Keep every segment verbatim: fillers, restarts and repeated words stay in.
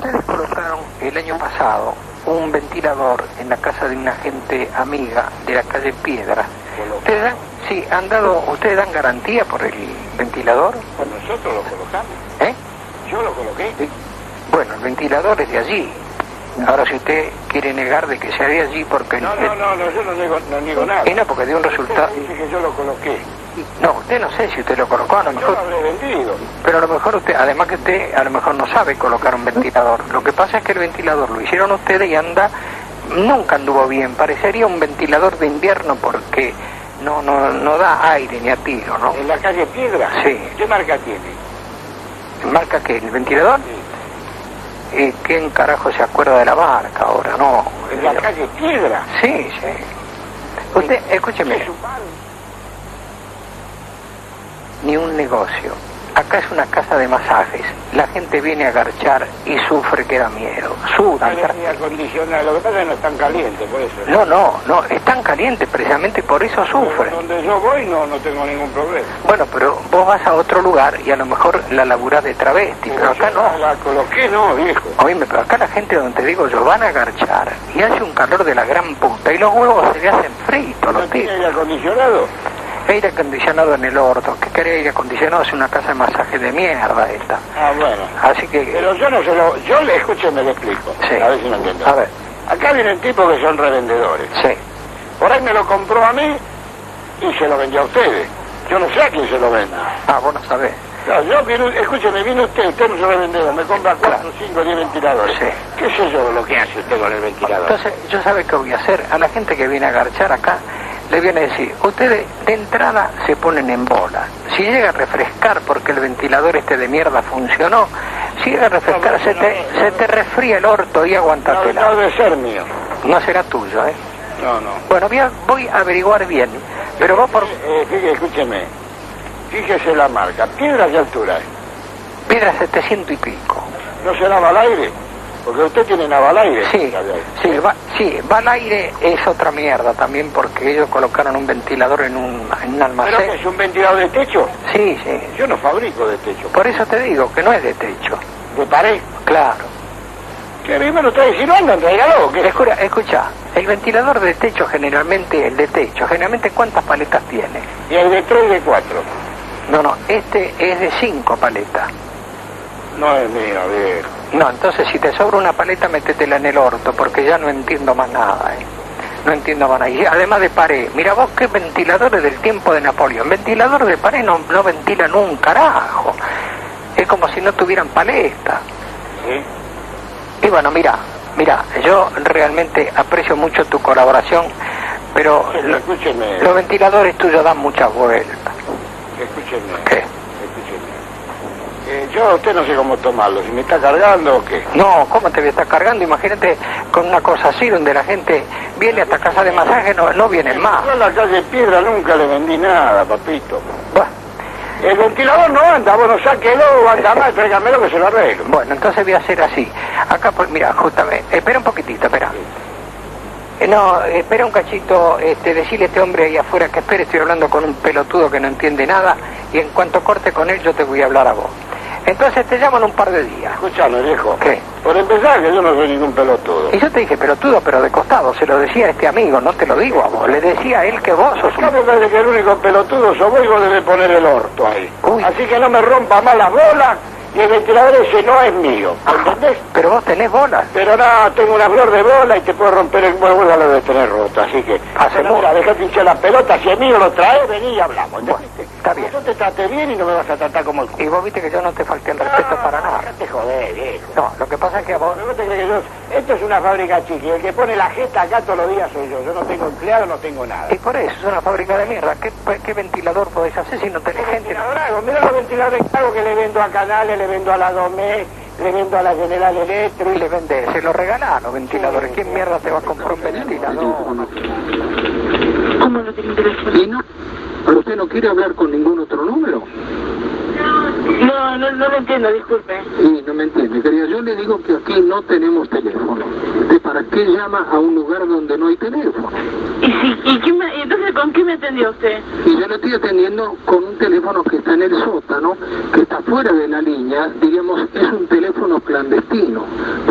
ustedes colocaron el año pasado un ventilador en la casa de una gente amiga de la calle Piedra. ¿Ustedes dan, sí, han dado, ustedes dan garantía por el ventilador? Pues nosotros lo colocamos. ¿Eh? Yo lo coloqué. Sí. Bueno, el ventilador es de allí. Ahora, si usted quiere negar de que sea de allí porque... No, no, no, no, yo no niego, no niego nada. Y no, porque dio un resultado... Usted dice que yo lo coloqué. No, usted no sé si usted lo colocó, a lo mejor... Yo lo habré vendido. Pero a lo mejor usted, además que usted, a lo mejor no sabe colocar un ventilador. Lo que pasa es que el ventilador lo hicieron ustedes y anda... Nunca anduvo bien. Parecería un ventilador de invierno porque no no no da aire ni a tiro, ¿no? ¿En la calle Piedra? Sí. ¿Qué marca tiene? ¿Marca qué? ¿El ventilador? Sí. ¿Y quién carajo se acuerda de la marca ahora? No. ¿En la calle Piedra? Sí, sí. Usted, escúcheme. Ni un negocio. Acá es una casa de masajes. La gente viene a garchar y sufre que da miedo. Sudan. Aire acondicionado. Lo que pasa es que no están calientes, por eso. No, no, no. Están calientes precisamente por eso sufren. Donde yo voy no, no tengo ningún problema. Bueno, pero vos vas a otro lugar y a lo mejor la laburás de travesti, pero, pero acá no. La coloqué, no, viejo. Oíme, pero acá la gente donde te digo yo van a garchar y hace un calor de la gran puta y los huevos se le hacen fritos. ¿No los tiene tipos. aire acondicionado? Aire acondicionado en el orto. ¿Qué querés aire acondicionado? Es una casa de masaje de mierda esta. Ah, bueno. Así que... Pero yo no se lo... Yo le escucho y me lo explico. Sí. A ver si me entiendo. A ver. Acá vienen tipos que son revendedores. Sí. Por ahí me lo compró a mí y se lo vendió a ustedes. Yo no sé a quién se lo venda. Ah, vos no sabés. No, yo, vine, escúcheme, viene usted, usted no es revendedor, me compra cuatro, cinco, diez ventiladores. Sí. ¿Qué sé yo lo que hace usted con el ventilador? Entonces, yo sabe qué voy a hacer. A la gente que viene a garchar acá, le viene a decir, ustedes de entrada se ponen en bola. Si llega a refrescar porque el ventilador este de mierda funcionó, si llega a refrescar, no, se, te, no, no, se te resfría el orto y aguantatela. No, no debe ser mío. No será tuyo, ¿eh? No, no. Bueno, voy a, voy a averiguar bien, pero vos por... Eh, fíjese, escúcheme, fíjese la marca, ¿Piedra qué altura es? Piedra setecientos y pico. ¿No será Balaire? Porque usted tiene Navalaire. Sí, sí, va, sí, Balaire es otra mierda también porque ellos colocaron un ventilador en un, en un almacén. ¿Pero que es un ventilador de techo? Sí, sí. Yo no fabrico de techo. Por eso te digo que no es de techo. ¿De pared? Claro. ¿Qué me lo trae? Si no andan, tráigalo. Escucha, escucha, el ventilador de techo generalmente, el de techo, generalmente ¿cuántas paletas tiene? Y el de tres y de cuatro. No, no, este es de cinco paletas. No es mío, viejo. No, entonces si te sobra una paleta, métetela en el orto, porque ya no entiendo más nada, ¿eh? No entiendo más nada. Y además de pared, mira vos qué ventiladores del tiempo de Napoleón. Ventilador de pared no, no ventilan un carajo. Es como si no tuvieran paleta. ¿Sí? Y bueno, mira, mira, yo realmente aprecio mucho tu colaboración, pero sí, lo, escúcheme. Los ventiladores tuyos dan muchas vueltas. Escúcheme. ¿Qué? Eh, yo a usted no sé cómo tomarlo, si me está cargando o qué. No, ¿cómo te voy a estar cargando? Imagínate con una cosa así donde la gente viene hasta casa de masaje, no, no vienen más. Yo en la calle Piedra nunca le vendí nada, papito. Bueno. El ventilador no anda, bueno, sáquelo, anda mal, tráigamelo que se lo arreglo. Bueno, entonces voy a hacer así. Acá, pues, mira, justamente, espera un poquitito, espera. Eh, no, espera un cachito, este, decirle a este hombre ahí afuera que espere, estoy hablando con un pelotudo que no entiende nada, y en cuanto corte con él yo te voy a hablar a vos. Entonces te llamo en un par de días. Escuchame, viejo. ¿Qué? Por empezar, que yo no soy ningún pelotudo. Y yo te dije pelotudo, pero de costado, se lo decía a este amigo, no te lo digo a vos, le decía a él que vos sos un... Acá me parece que el único pelotudo sos vos y vos debes poner el orto ahí. Uy. Así que no me rompa más las bolas y el ventilador ese no es mío, ¿entendés? Pero vos tenés bolas. Pero no, tengo una flor de bola y te puedo romper el huevo, ya lo debes tener roto, así que... Hacemos... Mira, dejá pinchar la pelota, si es mío lo traes, vení y hablamos, ¿entendés? Bueno, está bien. Yo te traté bien y no me vas a tratar como el culo. Y vos viste que yo no te falté el respeto para nada. No te jodés, viejo. No, lo que pasa es que a vos... ¿No te crees que yo... Esto es una fábrica chiqui, el que pone la jeta acá todos los días soy yo. Yo no tengo empleado, no tengo nada. Y por eso es una fábrica de mierda. ¿Qué, qué ventilador podés hacer si no tenés gente? Ventilador hago, mira los ventiladores que hago que le vendo a Canales, le vendo a la Domé, le vendo a la General Electric. Y le vendés, se lo regalás los ventiladores. Sí, ¿Quién sí. mierda te va a comprar un ventilador? ¿Cómo no tiene teléfono? ¿Y no? ¿Pero usted no quiere hablar con ningún otro número? No, no, no lo entiendo, disculpe. Sí, no me entiende, querida. Yo le digo que aquí no tenemos teléfono. ¿De para qué llama a un lugar donde no hay teléfono? ¿Y, si, y qué me, entonces con qué me atendió usted? Y yo le estoy atendiendo con un teléfono que está en el sótano, que está fuera de la línea, digamos, es un teléfono clandestino.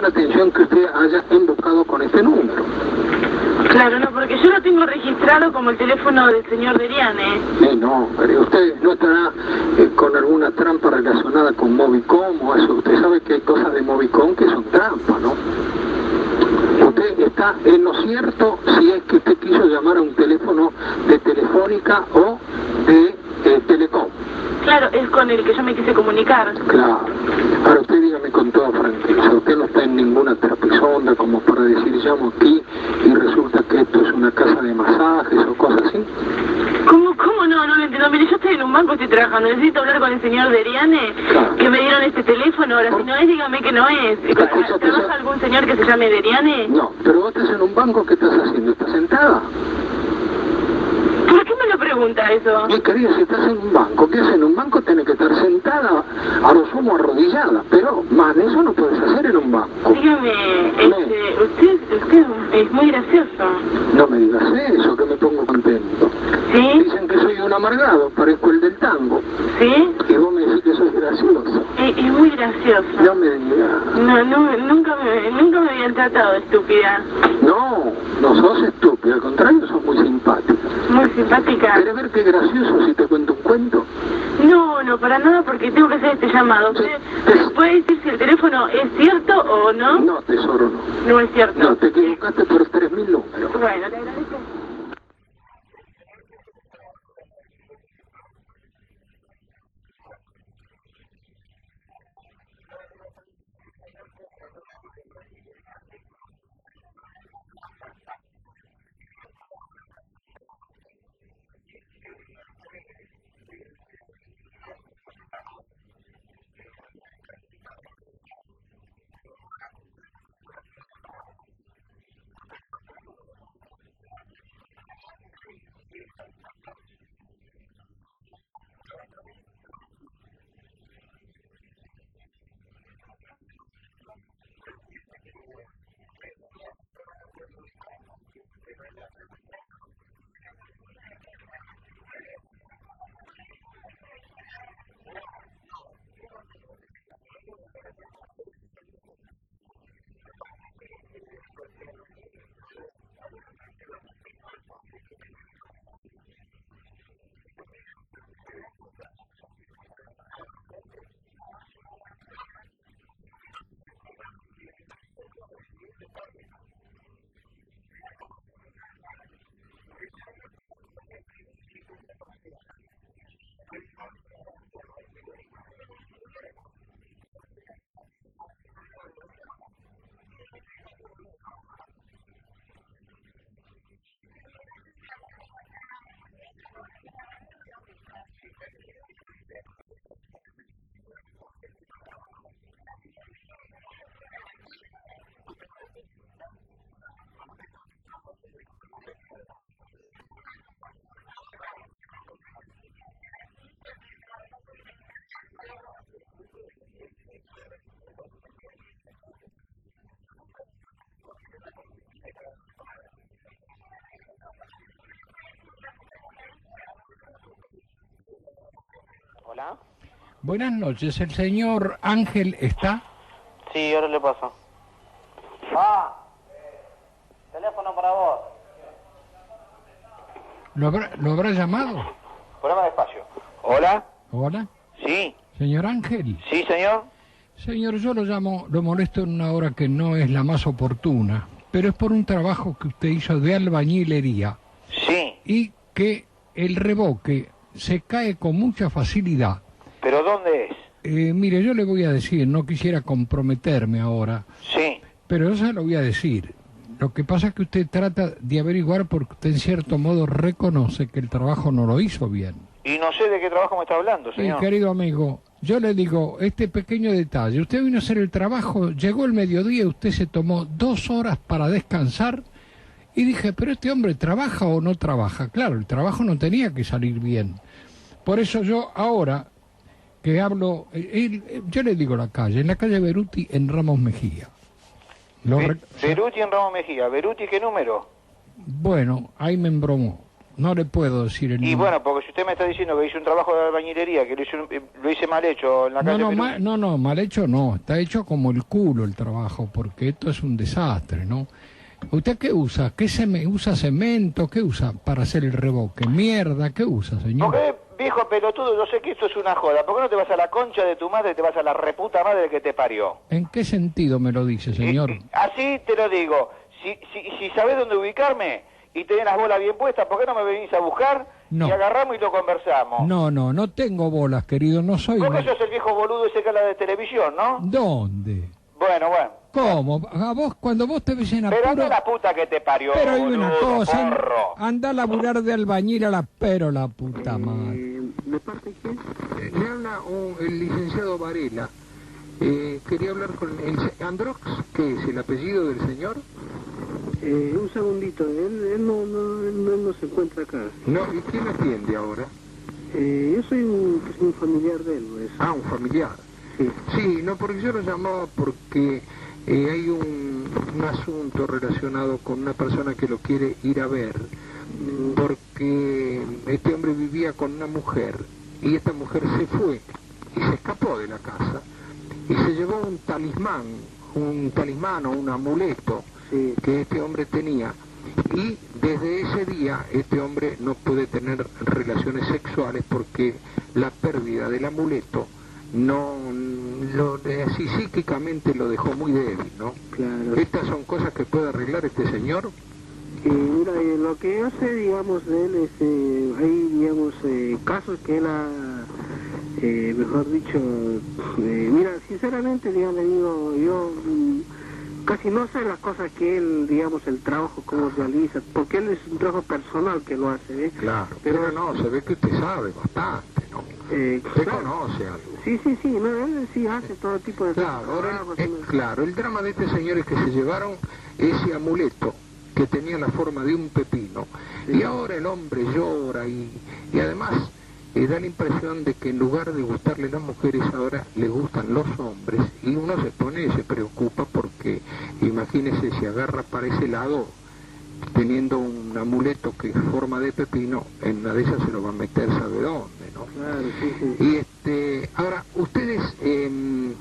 la atención que usted haya invocado con este número. Claro, no, porque yo lo tengo registrado como el teléfono del señor Deriane. Eh, no, pero usted no estará eh, con alguna trampa relacionada con Movicom o eso. Usted sabe que hay cosas de Movicom que son trampas, ¿no? Usted está en lo cierto si es que usted quiso llamar a un teléfono de Telefónica o de eh, Telecom. Claro, es con el que yo me quise comunicar. Claro. Ahora usted dígame con toda franqueza, usted no está en ninguna trapisonda como para decir llamo aquí y resulta que esto es una casa de masajes o cosas así. ¿Cómo, cómo no? No lo entiendo. Mire, yo estoy en un banco, estoy trabajando. Necesito hablar con el señor Deriane, Claro. que me dieron este teléfono. Ahora, si no es, dígame que no es. Escucha, ¿Trabaja escucha. algún señor que se llame Deriane? No, pero vos estás en un banco, ¿qué estás haciendo? ¿Estás sentada? ¿Por qué me lo pregunta eso? Mi querida, si estás en un banco, ¿qué haces en un banco? Tienes que estar sentada, a lo sumo arrodillada, pero más de eso no puedes hacer en un banco. Dígame, este, usted, usted es muy gracioso. No me digas eso, que me pongo contento. ¿Sí? Dicen que soy un amargado, parezco el del tango, ¿Sí? y vos me decís que soy gracioso. Es, es muy gracioso. No me digas. No, no, nunca me, nunca me habían tratado de estúpida. No, no sos estúpida, al contrario, sos muy simpática. Muy simpática. ¿Querés ver qué gracioso si te cuento un cuento? No, no, para nada, porque tengo que hacer este llamado. ¿Usted Sí. me puede decir si el teléfono es cierto o no? No, tesoro, no. No es cierto. No, te equivocaste por tres mil números. Bueno, te agradezco. Hola. Buenas noches, ¿el señor Ángel está? Sí, ahora le paso. Ah, teléfono para vos. ¿Lo habrá, lo habrá llamado? Poneme despacio. Hola. Hola, Sí. señor Ángel. Sí, señor. Señor, yo lo llamo, lo molesto en una hora que no es la más oportuna, pero es por un trabajo que usted hizo de albañilería Sí. y que el revoque se cae con mucha facilidad. ¿Pero dónde es? Eh, mire, yo le voy a decir, no quisiera comprometerme ahora, Sí. pero yo se lo voy a decir. Lo que pasa es que usted trata de averiguar porque usted en cierto modo reconoce que el trabajo no lo hizo bien. Y no sé de qué trabajo me está hablando, Mi señor. querido amigo, yo le digo este pequeño detalle. Usted vino a hacer el trabajo, llegó el mediodía, usted se tomó dos horas para descansar y dije, pero este hombre trabaja o no trabaja. Claro, el trabajo no tenía que salir bien. Por eso yo ahora que hablo, eh, eh, yo le digo la calle, en la calle Beruti, en Ramos Mejía. Lo Be- rec- Beruti en Ramos Mejía. ¿Beruti qué número? Bueno, ahí me embromó. no le puedo decir el Y nombre. bueno, porque si usted me está diciendo que hice un trabajo de albañilería, que lo hice, lo hice mal hecho en la No, calle no, Perú. ma- no, no, mal hecho no, está hecho como el culo el trabajo, porque esto es un desastre, ¿no? ¿Usted qué usa? ¿Qué seme- usa cemento? ¿Qué usa para hacer el revoque? ¿Mierda? ¿Qué usa, señor? Porque, viejo pelotudo, yo sé que esto es una joda. ¿Por qué no te vas a la concha de tu madre, te vas a la reputa madre que te parió? ¿En qué sentido me lo dice, señor? Y- y- así te lo digo. Si, si, si sabés dónde ubicarme y tenés las bolas bien puestas, ¿por qué no me venís a buscar? No. Y agarramos y lo conversamos. No, no, no tengo bolas, querido, no soy... Vos que una- sos el viejo boludo ese que habla de televisión, ¿no? ¿Dónde? Bueno, bueno. ¿Cómo? A vos, cuando vos te ves en Pero apuro... anda la puta que te parió, Pero hay boludo, una cosa, an- porro. anda a laburar de albañil a la... Pero la puta madre. Eh, ¿De parte de quién? Eh, le habla un- el licenciado Varela. Eh, quería hablar con el se- Androx, ¿qué es el apellido del señor? Eh, un segundito, él, él, no, no, él no, no se encuentra acá. No, ¿y quién atiende ahora? Eh, yo soy un, pues, un familiar de él, pues. Ah, un familiar. Sí. Sí, no, porque yo lo llamaba porque eh, hay un, un asunto relacionado con una persona que lo quiere ir a ver, porque este hombre vivía con una mujer y esta mujer se fue y se escapó de la casa y se llevó un talismán, un talismán o un amuleto Sí. que este hombre tenía, y desde ese día este hombre no puede tener relaciones sexuales porque la pérdida del amuleto no lo así psíquicamente lo dejó muy débil, ¿no? Claro. Estas son cosas que puede arreglar este señor. Eh, mira, eh, lo que yo sé, digamos, de él es, eh, hay, digamos, eh, casos que él ha, eh, mejor dicho, eh, mira, sinceramente, digamos, le digo, yo mm, casi no sé las cosas que él, digamos, el trabajo, cómo realiza, porque él es un trabajo personal que lo hace, ¿eh? Claro, pero no, se ve que usted sabe bastante, ¿no? Eh, Usted claro. conoce algo. Sí, sí, sí, no, él sí hace todo tipo de Claro, ahora, trabajos, eh, ¿no? claro, el drama de este señor es que se llevaron ese amuleto que tenía la forma de un pepino, y ahora el hombre llora y, y además eh, da la impresión de que en lugar de gustarle las mujeres ahora le gustan los hombres, y uno se pone y se preocupa porque imagínese si agarra para ese lado teniendo un amuleto que es forma de pepino, en una de esas se lo va a meter sabe dónde, ¿no? Claro, sí, sí. Y este, ahora, ustedes en,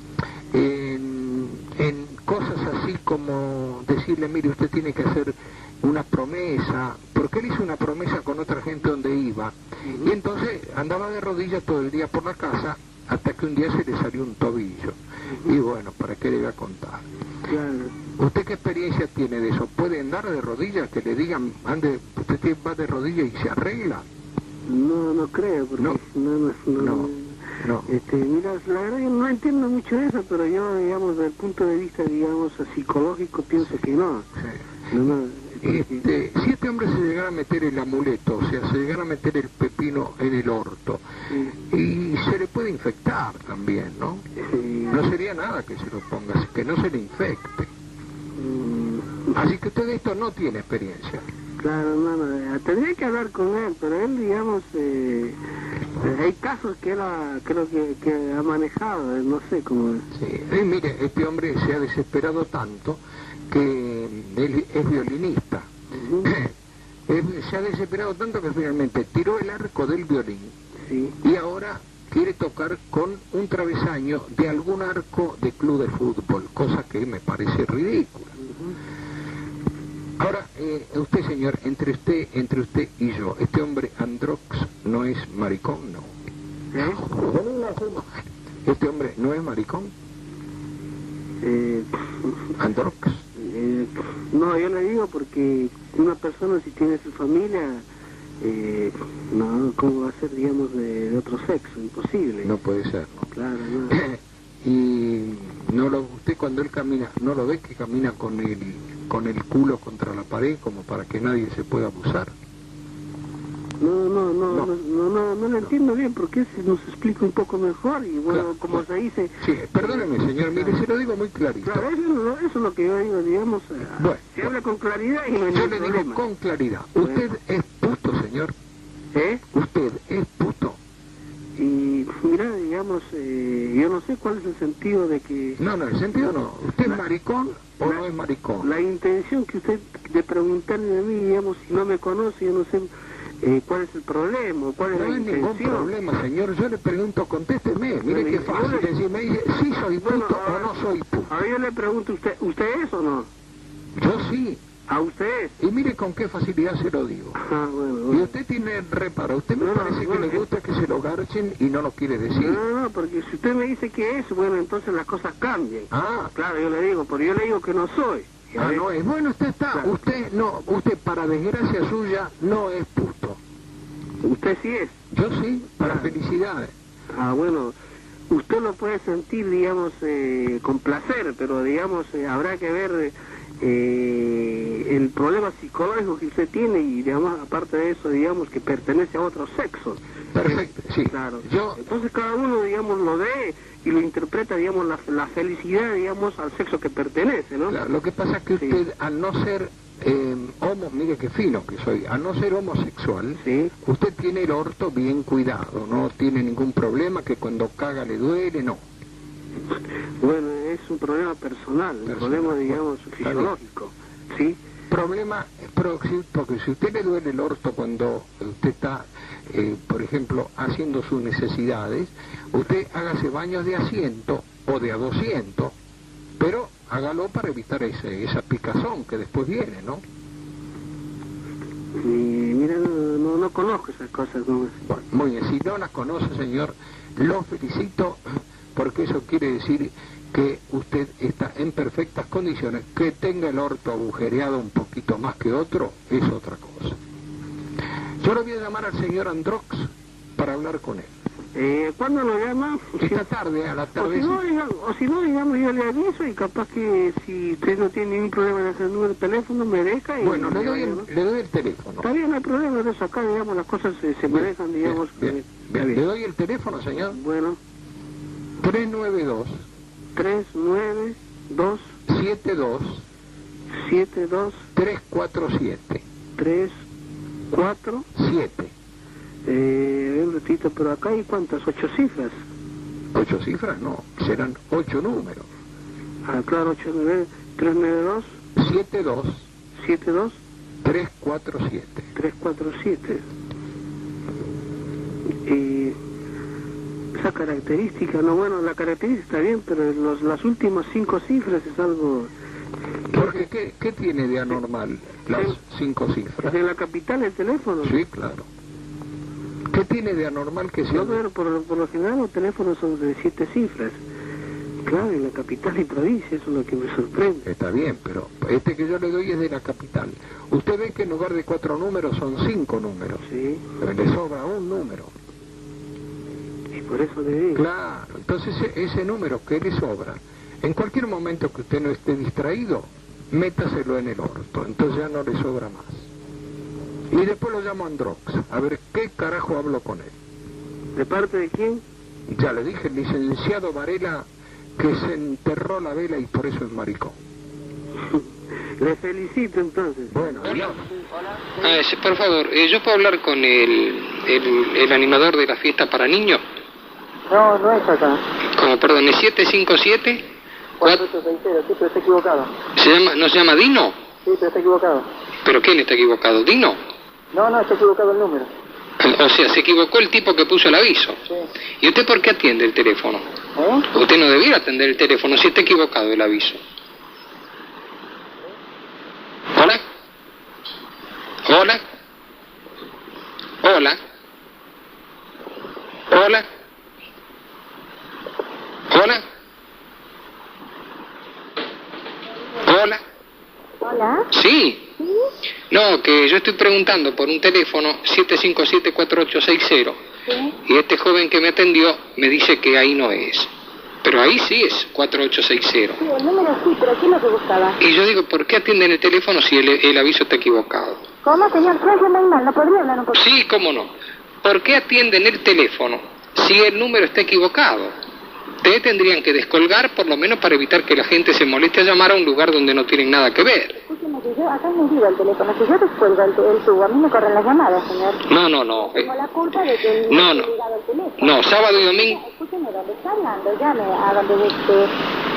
en, en cosas así como decirle, mire, usted tiene que hacer una promesa, porque él hizo una promesa con otra gente donde iba, y entonces andaba de rodillas todo el día por la casa, hasta que un día se le salió un tobillo. Y bueno, ¿para qué le voy a contar? Claro. ¿Usted qué experiencia tiene de eso? ¿Puede andar de rodillas? Que le digan, ande, usted va de rodillas y se arregla. No, no creo, porque No. no, no, no, No, no. Este, mira, la verdad yo no entiendo mucho eso, pero yo, digamos, desde el punto de vista, digamos, psicológico, pienso que no. Sí. No, no, Este, si este hombre se llegara a meter el amuleto, o sea, se llegara a meter el pepino en el orto, sí, y se le puede infectar también, ¿no? sí, No sería nada que se lo ponga, que no se le infecte. mm, Así que usted de esto no tiene experiencia. claro, no, no, tendría que hablar con él, pero él, digamos, eh, eh, hay casos que él ha, creo que, que ha manejado, eh, no sé cómo es. Sí. Y mire, este hombre se ha desesperado tanto que él es violinista. Ujú, Él se ha desesperado tanto que finalmente tiró el arco del violín sí, y ahora quiere tocar con un travesaño de algún arco de club de fútbol, cosa que me parece ridícula. Ahora, eh, usted, señor, entre usted, entre usted y yo, este hombre Androx no es maricón, ¿no? ¿eh? Este hombre no es maricón, Eh, Androx. Eh, no, yo le digo porque una persona si tiene su familia, eh, no, ¿cómo va a ser, digamos, de, de otro sexo? Imposible. No puede ser, ¿no? Claro, no. Y no lo, usted cuando él camina, ¿no lo ve que camina con el, con el culo contra la pared como para que nadie se pueda abusar? No, no, no, No. no, no, no, no lo entiendo bien, porque si nos explica un poco mejor y bueno, Claro, como bueno. se dice... Sí, perdóneme, señor, mire, se lo digo muy clarito. Claro, eso, es lo- eso es lo que yo digo, digamos, eh, Bueno, se habla con claridad y no hay Yo ningún le digo problema. con claridad, usted es puto, señor. ¿Eh? Usted es puto. Y mira, digamos, eh, yo no sé cuál es el sentido de que... No, no, en el sentido no. ¿Usted es maricón o la- no es maricón? La intención que usted de preguntarme a mí, digamos, si no me conoce, yo no sé, eh, ¿cuál es el problema? ¿Cuál es No la hay ningún intención? problema, señor. Yo le pregunto, contésteme. Mire Bueno, qué y- fácil. yo le- Decir, me dice, sí soy Bueno, puto ahora- o no soy puto. Ahora yo le pregunto, ¿usted usted es o no? Yo sí. ¿A usted es? Y mire con qué facilidad se lo digo. Ah, bueno, Y bueno. usted tiene reparo. Usted me No, no, parece que bueno, le gusta que se lo garchen y no lo quiere decir. No, no, no, porque si usted me dice que es, bueno, entonces las cosas cambian. Ah, Claro, yo le digo, pero yo le digo que no soy. ah, no es. Bueno, usted está. Claro. Usted no. Usted, para desgracia suya, no es puto. Usted sí es. Yo sí, para Claro. felicidades. Ah, bueno, usted lo puede sentir, digamos, eh, con placer, pero, digamos, eh, habrá que ver eh, el problema psicológico que usted tiene y, digamos, aparte de eso, digamos, que pertenece a otro sexo. Perfecto, sí. Claro. Yo, Entonces cada uno, digamos, lo ve y lo interpreta, digamos, la, la felicidad, digamos, al sexo que pertenece, ¿no? claro, lo que pasa es que Sí. usted, al no ser eh, homo, mire qué fino que soy, al no ser homosexual, Sí. usted tiene el orto bien cuidado, no tiene ningún problema, que cuando caga le duele, no. Bueno, es un problema personal, un Personal. problema, digamos, Está bien. fisiológico, ¿sí? Problema, pro- sí, porque si usted le duele el orto cuando usted está, eh, por ejemplo, haciendo sus necesidades, usted hágase baños de asiento o de a doscientos, pero hágalo para evitar ese, esa picazón que después viene, ¿no? Y mira, no, no, no conozco esas cosas, ¿no? Bueno, muy bien, si no las conoce, señor, lo felicito, porque eso quiere decir que usted está en perfectas condiciones. Que tenga el orto agujereado un poquito más que otro es otra cosa. Yo le voy a llamar al señor Androx para hablar con él. Eh, ¿Cuándo lo llama? Esta tarde, a la O si, tarde. no, digamos, o si no, digamos, yo le aviso y capaz que si usted no tiene ningún problema en ese número de teléfono, me deja y... Bueno, le doy ¿no? el, le doy el teléfono. Está bien, no hay problema de eso acá, digamos, las cosas se, se manejan, digamos... Bien, que- bien, está bien. Le doy el teléfono, señor. Bueno, tres nueve dos, tres nueve dos siete dos, siete dos tres cuatro siete. tres cuatro siete. Eh, un ratito, pero acá hay cuántas, ocho cifras. Ocho cifras, no, serán ocho números. Ah, claro, ocho nueve tres nueve dos siete dos, siete dos tres cuatro siete. tres cuatro siete. Y esa característica, no, bueno, la característica está bien, pero los, las últimas cinco cifras es algo... Porque, ¿qué, qué tiene de anormal las cinco cifras? ¿Es de la capital el teléfono? Sí, claro. ¿Qué tiene de anormal que sea? No, pero por, por lo general los teléfonos son de siete cifras. Claro, en la capital y provincia, eso es lo que me sorprende. Está bien, pero este que yo le doy es de la capital. Usted ve que en lugar de cuatro números son cinco números. Sí, Le sobra un número. y por eso le digo. Claro, entonces ese, ese número que le sobra, en cualquier momento que usted no esté distraído, métaselo en el orto, entonces ya no le sobra más. Y después lo llamo Androx, a ver qué carajo hablo con él. ¿De parte de quién? Ya le dije, el licenciado Varela, que se enterró la vela y por eso es maricón. Le felicito entonces. Bueno, adiós. Ah, ese, por favor, eh, ¿yo puedo hablar con el, el, el animador de la fiesta para niños? No, no es acá. Como, perdón, ¿es siete cinco siete? cuatro ocho seis cero, sí, pero está equivocado. ¿Se llama, ¿No se llama Dino? Sí, pero está equivocado. ¿Pero quién está equivocado? ¿Dino? No, no, está equivocado el número. O sea, se equivocó el tipo que puso el aviso. Sí. ¿Y usted por qué atiende el teléfono? ¿Eh? Usted no debiera atender el teléfono si está equivocado el aviso. ¿Hola? ¿Hola? ¿Hola? ¿Hola? ¿Hola? ¿Hola? Hola. ¿Sí? ¿Sí? No, que yo estoy preguntando por un teléfono siete cinco siete cuatro ocho seis cero. Sí. Y este joven que me atendió me dice que ahí no es. Pero ahí sí es cuatro ocho seis cero. Sí, el número sí, pero ¿qué es lo que buscaba? Y yo digo, ¿por qué atienden el teléfono si el, el aviso está equivocado? ¿Cómo, señor? ¿Qué hace muy mal? ¿No podría hablar un poco? Sí, cómo no. ¿Por qué atienden el teléfono si el número está equivocado? Ustedes tendrían que descolgar por lo menos para evitar que la gente se moleste a llamar a un lugar donde no tienen nada que ver. Escúcheme, que yo acá me digo el teléfono. Si yo descuelgo el, el tubo, a mí me corren las llamadas, señor. No, no, no. eh, Tengo la culpa de que No, no no. he ligado el teléfono. No, sábado y domingo. Escúcheme, ¿dónde está hablando? Llame a donde este,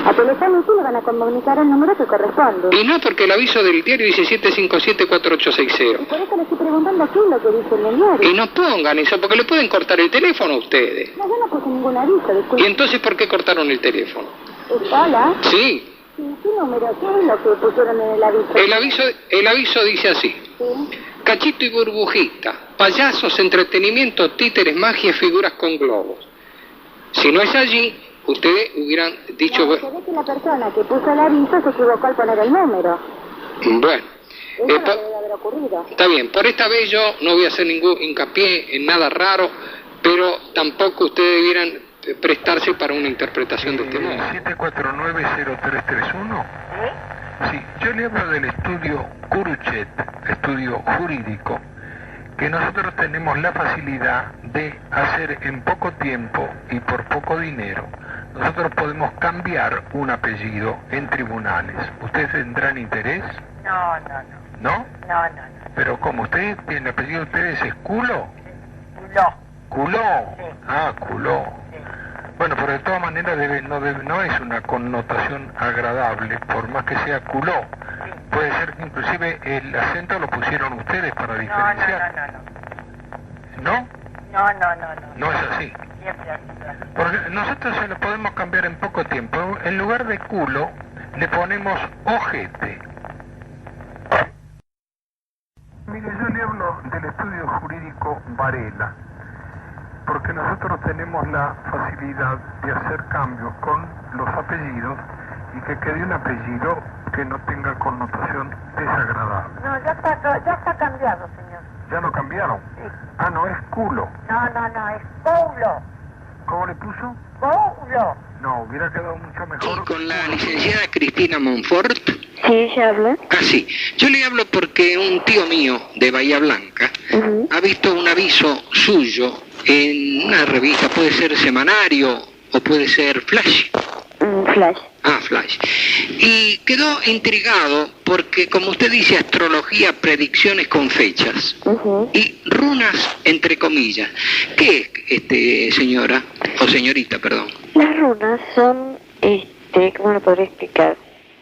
A Telecom sí le van a comunicar el número que corresponde. Y no, porque el aviso del diario dice siete cinco siete cuatro ocho seis cero. Y por eso le estoy preguntando qué es lo que dice en el diario. Y no pongan eso, porque le pueden cortar el teléfono a ustedes. No, yo no puse ningún aviso, disculpe. ¿Y entonces por qué cortaron el teléfono? ¿Hola? Sí. Sí, ¿qué número? ¿Qué es lo que pusieron en el aviso? El aviso, el aviso dice así. Sí. Cachito y burbujita, payasos, entretenimiento, títeres, magia, figuras con globos. Si no es allí, ustedes hubieran dicho... No, se ve que la persona que puso el aviso se equivocó al poner el número. Bueno. Eso eh, no pa- debe haber ocurrido. Está bien, por esta vez yo no voy a hacer ningún hincapié en nada raro, pero tampoco ustedes debieran eh, prestarse para una interpretación de este modo. siete cuatro nueve cero tres tres uno. Sí, yo le hablo del estudio Curuchet, estudio jurídico, que nosotros tenemos la facilidad de hacer en poco tiempo y por poco dinero. Nosotros podemos cambiar un apellido en tribunales. ¿Ustedes tendrán interés? No, no, no. ¿No? No, no, no. Pero ¿cómo? ¿Usted, el apellido de ustedes es Culo? Culó. ¿Culó? Sí. Ah, Culó. Sí. Bueno, pero de todas maneras debe, no, debe, no es una connotación agradable, por más que sea culó. Sí. Puede ser que inclusive el acento lo pusieron ustedes para No, no, diferenciar. no, no. ¿No? No, no, no, no. No es así. Siempre así, así. Porque nosotros se lo podemos cambiar en poco tiempo. En lugar de culo, le ponemos ojete. Mire, yo le hablo del estudio jurídico Varela, porque nosotros tenemos la facilidad de hacer cambios con los apellidos y que quede un apellido que no tenga connotación desagradable. No, ya está, ya está cambiado, señor. ¿Ya lo cambiaron? Sí. Ah, no, es culo. No, no, no, es Paulo. ¿Cómo le puso? Paulo. No, hubiera quedado mucho mejor. Y con la licenciada Cristina Monfort. Sí, ella habla. Ah, sí. Yo le hablo porque un tío mío de Bahía Blanca Uh-huh. ha visto un aviso suyo en una revista, puede ser semanario o puede ser Flash. Mm, flash. Ah, Flash. Y quedó intrigado porque, como usted dice, astrología, predicciones con fechas Uh-huh. y runas entre comillas. ¿Qué es, este, señora? O señorita, perdón. Las runas son, este, ¿cómo lo podría explicar?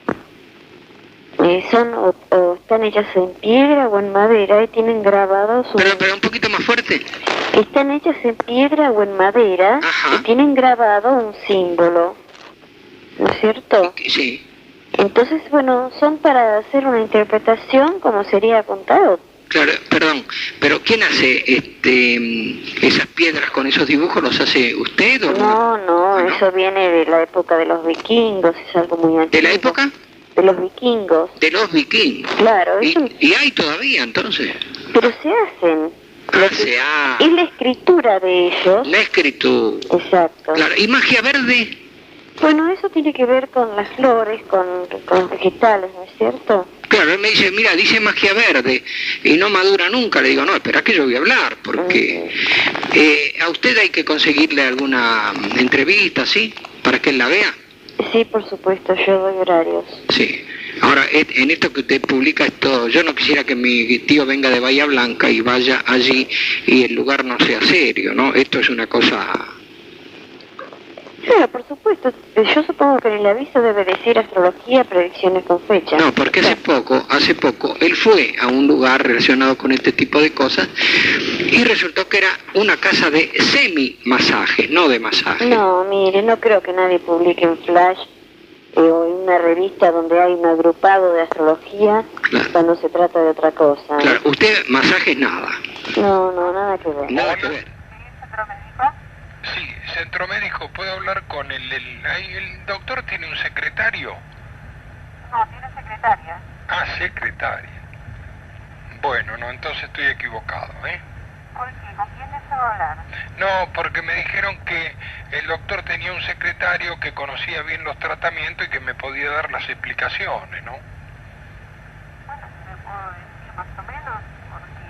Eh, son o, o están hechas en piedra o en madera y tienen grabados un... Pero, pero un poquito más fuerte. Están hechas en piedra o en madera Ajá. y tienen grabado un símbolo, ¿no es cierto? Sí. Entonces, bueno, son para hacer una interpretación como sería contado. Claro, perdón, pero ¿quién hace este mm, esas piedras con esos dibujos? ¿Los hace usted o No, no, ¿Ah, no? eso viene de la época de los vikingos, es algo muy antiguo. ¿De la época? De los vikingos, De los vikingos. claro, Y, es un- y hay todavía, entonces. pero se hacen. Ah, se ha... Es la escritura de ellos. La escritura. Exacto. Claro, ¿y magia verde? Bueno, eso tiene que ver con las flores, con, con vegetales, ¿no es cierto? Claro, él me dice, mira, dice magia verde y no madura nunca. Le digo, no, espera que yo voy a hablar, porque eh, a usted hay que conseguirle alguna mm, entrevista, ¿sí? Para que él la vea. Sí, por supuesto, yo doy horarios. Sí. Ahora, et- en esto que usted publica esto, yo no quisiera que mi tío venga de Bahía Blanca y vaya allí y el lugar no sea serio, ¿no? Esto es una cosa... Claro, por supuesto. Yo supongo que en el aviso debe decir astrología, predicciones con fecha. No, porque hace poco, hace poco, él fue a un lugar relacionado con este tipo de cosas y resultó que era una casa de semi-masajes, no de masajes. No, mire, no creo que nadie publique en Flash eh, o en una revista donde hay un agrupado de astrología Claro. cuando se trata de otra cosa. Claro, usted masajes nada, No, no, nada que ver. nada que ver. Sí, centro médico, ¿puedo hablar con el, el, ahí el doctor tiene un secretario? No, tiene secretaria. Ah, secretaria. Bueno, no, entonces estoy equivocado, ¿eh? ¿Por qué? ¿Con quién deseo hablar? No, porque me dijeron que el doctor tenía un secretario que conocía bien los tratamientos y que me podía dar las explicaciones, ¿no? Bueno, si me puedo decir más o menos, porque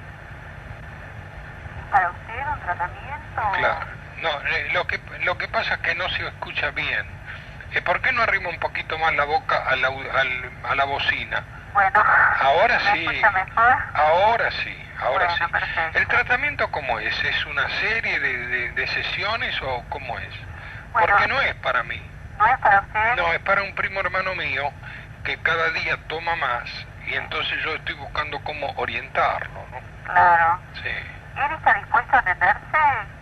es para usted un tratamiento. Claro. No, eh, lo que lo que pasa es que no se escucha bien. Eh, ¿Por qué no arrima un poquito más la boca a la, al- a la bocina? Bueno. Ahora ¿me sí. escucha mejor? Ahora sí, ahora Bueno, sí. perfecto. ¿El tratamiento cómo es? ¿Es una serie de, de, de sesiones o cómo es? Bueno. Porque no es para mí. ¿No es para usted? No, es para un primo hermano mío que cada día toma más y entonces yo estoy buscando cómo orientarlo, ¿no? Claro. Sí. ¿Él está dispuesto a atenderse?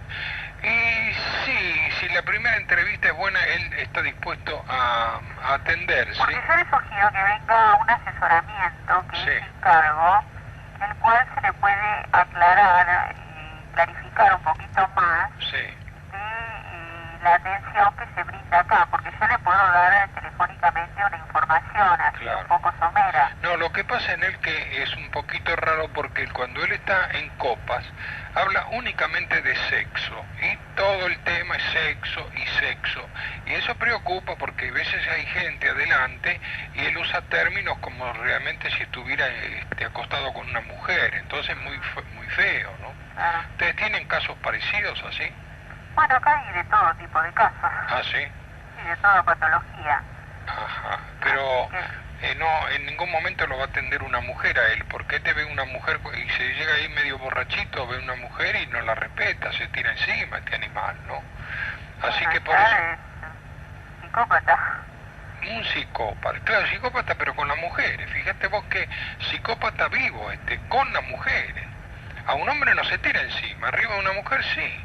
Y sí, si la primera entrevista es buena, él está dispuesto a, a atenderse. Porque yo le sugiero que venga a un asesoramiento que Sí. es sin cargo, en el cual se le puede aclarar y clarificar un poquito más Sí. de eh, la atención que se brinda acá, porque yo le puedo dar telefónicamente una información así Claro. un poco somera. No, lo que pasa en él que es un poquito raro porque cuando él está en copas, habla únicamente de sexo y todo el tema es sexo y sexo y eso preocupa porque a veces hay gente adelante y él usa términos como realmente si estuviera este, acostado con una mujer, entonces muy fe- muy feo, ¿no? Claro. ¿Ustedes tienen casos parecidos así? Bueno, acá hay de todo tipo de casos, Ah, sí. y de toda patología. Ajá. Pero Así eh, no, en ningún momento lo va a atender una mujer a él. ¿Por qué te ve una mujer y se llega ahí medio borrachito, ve una mujer y no la respeta, se tira encima este animal, ¿no? Así bueno, que por ya eso... es un psicópata. Un psicópata, claro, psicópata pero con las mujeres. Fíjate vos que psicópata vivo, este, con las mujeres. A un hombre no se tira encima, arriba de una mujer sí.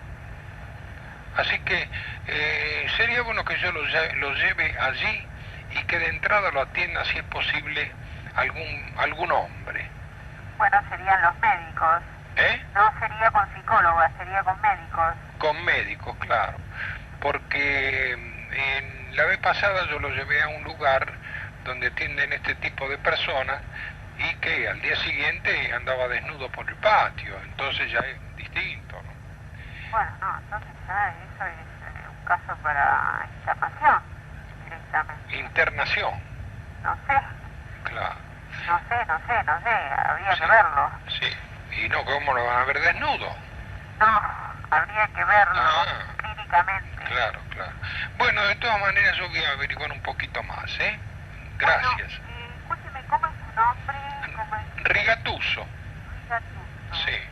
Así que eh, sería bueno que yo lo, lle- lo lleve allí y que de entrada lo atienda, si es posible, algún algún hombre. Bueno, serían los médicos. ¿Eh? No sería con psicólogas, sería con médicos. Con médicos, claro. Porque en la vez pasada yo lo llevé a un lugar donde atienden este tipo de personas y que al día siguiente andaba desnudo por el patio, entonces ya es distinto, ¿no? Bueno, no, entonces ya eso es eh, un caso para internación directamente. Internación, No sé, claro. no sé, no sé, no sé, habría Sí. que verlo. Sí. Y no, ¿cómo lo van a ver desnudo? No, habría que verlo Ah. clínicamente. Claro, claro. Bueno, de todas maneras yo voy a averiguar un poquito más, ¿eh? Gracias. Bueno, eh, escúcheme, ¿cómo es su nombre? ¿Cómo es? Rigatuso, Rigatuso. sí.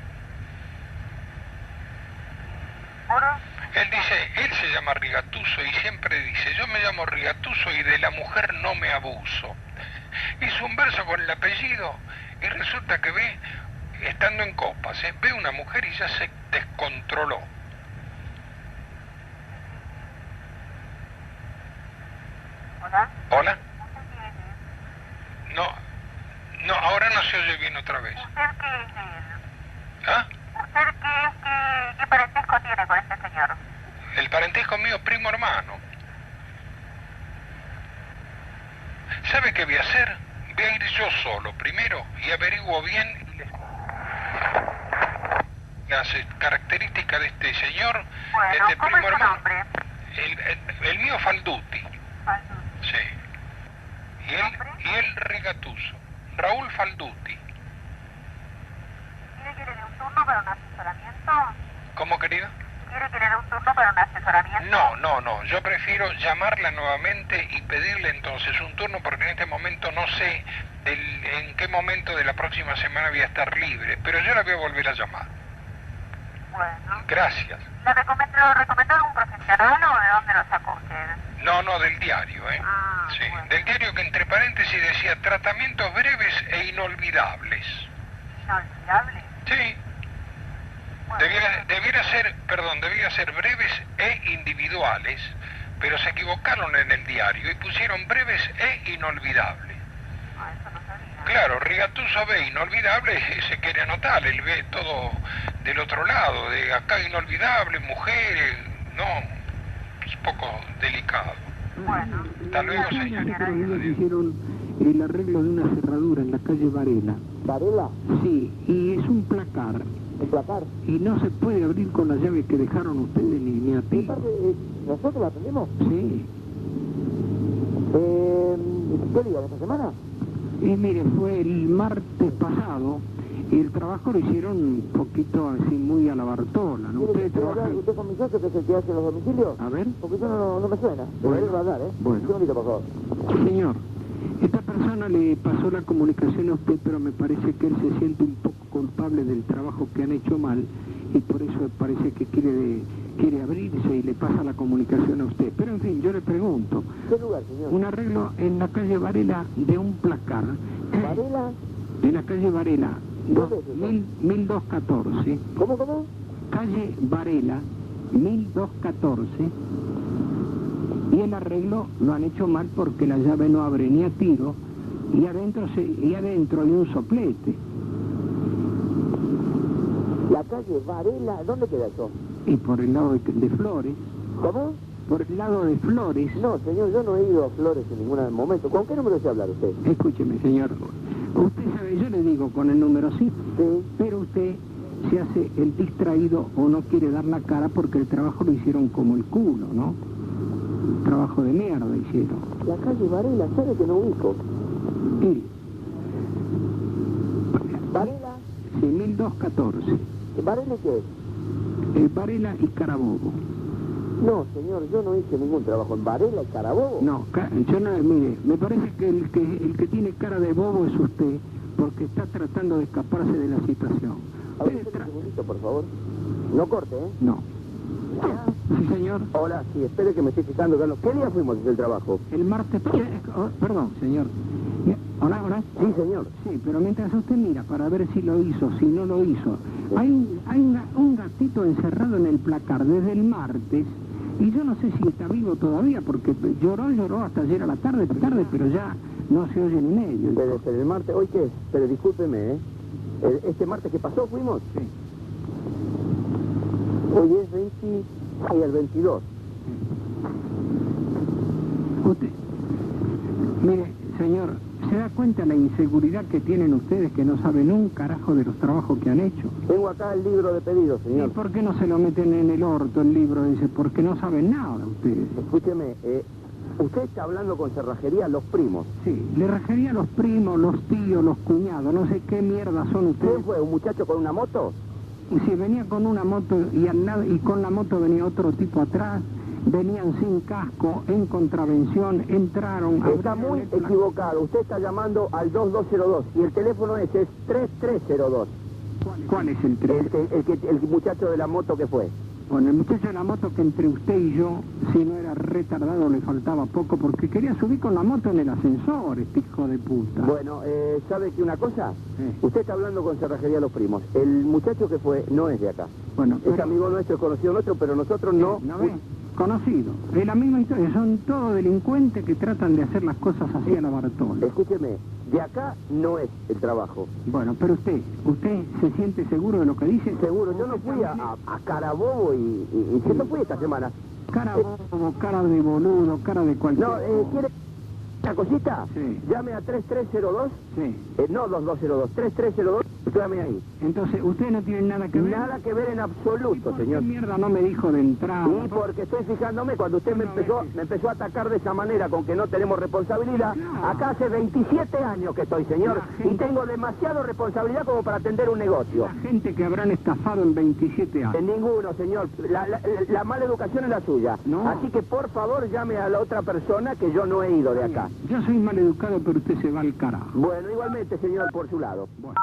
¿Por? Él dice, él se llama Rigatuso y siempre dice, yo me llamo Rigatuso y de la mujer no me abuso. Hizo un verso con el apellido y resulta que ve, estando en copas, ¿eh? Ve una mujer y ya se descontroló. ¿Hola? ¿Hola? ¿Usted quién es? No, no, ahora no se oye bien otra vez. ¿Usted qué es él? ¿Ah? ¿Usted qué, qué, qué parentesco tiene con este señor? El parentesco mío, primo hermano. ¿Sabe qué voy a hacer? Voy a ir yo solo primero y averiguo bien las eh, características de este señor, Bueno, de este ¿cómo primo es su hermano. nombre? El, el, el mío Falduti, Falduti. sí. Y él, ¿Nombre? y él Rigatuso. Raúl Falduti. ¿Quiere que le dé un turno para un asesoramiento? ¿Cómo, querido? ¿Quiere que le dé un turno para un asesoramiento? No, no, no. Yo prefiero llamarla nuevamente y pedirle entonces un turno porque en este momento no sé del- en qué momento de la próxima semana voy a estar libre, pero yo la voy a volver a llamar. Bueno. Gracias. ¿Le recomendó, ¿Lo recomendó algún profesional o de dónde lo sacó usted? No, no, del diario, ¿eh? Ah, Sí, bueno. del diario que entre paréntesis decía tratamientos breves e inolvidables. Inolvidable. Sí. Bueno, Debiera, debiera ser, perdón, debiera ser breves e individuales, pero se equivocaron en el diario y pusieron breves e inolvidables. ah, eso no sabía. Claro, Rigatuso ve inolvidable y se quiere anotar, él ve todo del otro lado, de acá inolvidable, mujeres, no, es poco delicado. Bueno. Hasta luego, señorita. Ellos hicieron el arreglo de una cerradura en la calle Varela. ¿Varela? Sí, y es un placar. ¿El placar? Y no se puede abrir con la llave que dejaron ustedes ni, ni a ¿Qué ti. parte, eh, ¿Nosotros la atendemos? Sí. Eh, ¿Qué día de esta semana? Y mire, fue el martes pasado y el trabajo lo hicieron un poquito así muy a la Bartola, ¿no? ¿Quiere Ustedes quiere hablar trabajan... usted con mi socio, que es el que hace los domicilios? A ver, Porque yo no, no me suena. Bueno. Debería hablar, ¿eh? Bueno. Un segundito, por favor. señor, esta persona le pasó la comunicación a usted, pero me parece que él se siente un poco culpable del trabajo que han hecho mal y por eso parece que quiere de- quiere abrirse y le pasa la comunicación a usted. Pero en fin, yo le pregunto. ¿Qué lugar, señor? Un arreglo en la calle Varela de un placar. ¿Varela? En la calle Varela, ¿Dónde es eso? mil doscientos catorce. ¿Cómo, cómo? Calle Varela, mil doscientos catorce. Y el arreglo lo han hecho mal porque la llave no abre ni a tiro y adentro, se, y adentro hay un soplete. La calle Varela, ¿dónde queda eso? Y por el lado de, de Flores. ¿Cómo? Por el lado de Flores. No, señor, yo no he ido a Flores en ningún momento. ¿Con qué número se hablar usted? Escúcheme, señor. Usted sabe, yo le digo con el número sí, Sí. pero usted se hace el distraído o no quiere dar la cara porque el trabajo lo hicieron como el culo, ¿no? Trabajo de mierda hicieron. La calle Varela, ¿sabe que no ubico? Mire, ¿Varela? sí, mil doscientos catorce. ¿Varela qué es? El Varela y Carabobo. No, señor, yo no hice ningún trabajo en Varela y Carabobo. No, ca- yo no, mire, me parece que el, que el que tiene cara de bobo es usted, porque está tratando de escaparse de la situación. A ver, Usted espere tra- un segundito, por favor. No corte, ¿eh? No. Sí, señor. Hola, sí, espere que me estoy fijando, Carlos. ¿Qué día fuimos a hacer el trabajo? El martes... eh, oh, perdón, señor. Eh, Hola, hola. Sí, señor. Sí, pero mientras usted mira para ver si lo hizo, si no lo hizo, hay, un, hay un, ga- un gatito encerrado en el placar desde el martes y yo no sé si está vivo todavía porque lloró, lloró hasta ayer a la tarde, tarde, pero ya no se oye ni medio. Pero, pero el martes, ¿hoy qué es? Pero discúlpeme, ¿eh? El- ¿Este martes que pasó fuimos? Sí. Hoy es veinte... Ay, el veintidós. Usted, mire, señor, ¿se da cuenta la inseguridad que tienen ustedes que no saben un carajo de los trabajos que han hecho? Tengo acá el libro de pedidos, ¿Y señor. por qué no se lo meten en el orto el libro? Dice, porque no saben nada ustedes. Escúcheme, eh, usted está hablando con cerrajería Los Primos. Sí, le refería a los primos, los tíos, los cuñados, no sé qué mierda son ustedes. ¿Quién fue? ¿Un muchacho con una moto? Y si venía con una moto y al lado, y con la moto venía otro tipo atrás, venían sin casco, en contravención, entraron... Está abrieron muy el pla- equivocado. Usted está llamando al dos dos cero dos y el teléfono ese es tres tres cero dos. ¿Cuál, cuál es el El, tres? que, el, que, el muchacho de la moto que fue. Bueno, el muchacho de la moto que entre usted y yo, si no era retardado, le faltaba poco, porque quería subir con la moto en el ascensor, este hijo de puta. Bueno, eh, ¿sabe qué una cosa? Sí. Usted está hablando con cerrajería Los Primos. El muchacho que fue no es de acá. Bueno, Es pero- amigo nuestro, es conocido nuestro, pero nosotros no... ¿No ve? Conocido. Es la misma historia, son todos delincuentes que tratan de hacer las cosas así a la Bartola. Escúcheme, de acá no es el trabajo. Bueno, pero usted, ¿usted se siente seguro de lo que dice? Seguro, yo no fui a, a, a Carabobo y, y, y que no fui esta semana. Cara bobo, cara de boludo, cara de cualquier... No, eh, ¿quiere una cosita? Sí. Llame a tres tres cero dos, Sí. eh, no dos dos cero dos, tres tres cero dos, llame ahí. Entonces, ¿usted no tiene nada que ver? Nada que ver en ¿Y absoluto, por qué señor. mierda no me dijo de entrada? Y porque estoy fijándome cuando usted me No, empezó, vete. me empezó a atacar de esa manera con que no tenemos responsabilidad. No. Acá hace veintisiete años que estoy, señor, La gente- y tengo demasiada responsabilidad como para atender un negocio. La gente que habrán estafado en veintisiete En años. ninguno, señor. La, la- la mala educación es la suya. No. Así que, por favor, llame a la otra persona que yo no he ido de acá. Yo soy mal educado, pero usted se va al carajo. Bueno, igualmente, señor, por su lado. Bueno.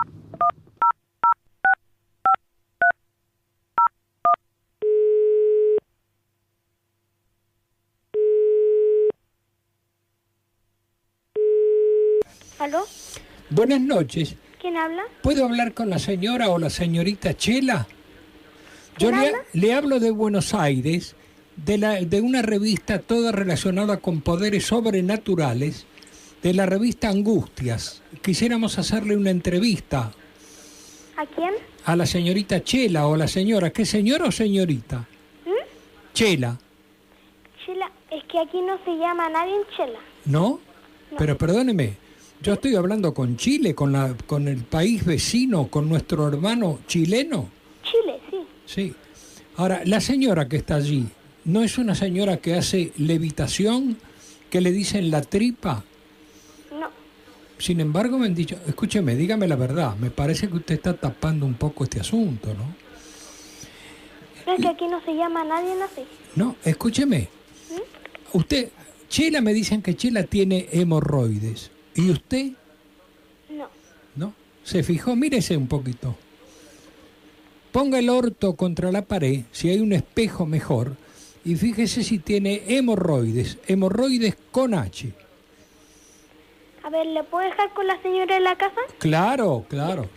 ¿Aló? Buenas noches. ¿Quién habla? ¿Puedo hablar con la señora o la señorita Chela? Yo ¿Quién le, habla? le hablo de Buenos Aires, de, la, de una revista toda relacionada con poderes sobrenaturales, de la revista Angustias. Quisiéramos hacerle una entrevista ¿A quién? a la señorita Chela o la señora. ¿Qué señora o señorita? ¿Mm? Chela, Chela, es que aquí no se llama nadie en Chela. ¿no? No. Pero perdóneme, yo estoy hablando con Chile, con, la, con el país vecino, con nuestro hermano chileno. Chile, sí. Sí. Ahora, la señora que está allí, ¿no es una señora que hace levitación, que le dicen la tripa? No. Sin embargo, me han dicho, escúcheme, dígame la verdad, me parece que usted está tapando un poco este asunto, ¿no? Pero es que aquí no se llama nadie así. No, escúcheme, ¿Mm? usted, Chela me dicen que Chela tiene hemorroides, ¿y usted? No. ¿No? ¿Se fijó? Mírese un poquito. ponga el orto contra la pared, si hay un espejo mejor, y fíjese si tiene hemorroides, hemorroides con H. A ver, ¿le puedo dejar con la señora de la casa? Claro, claro.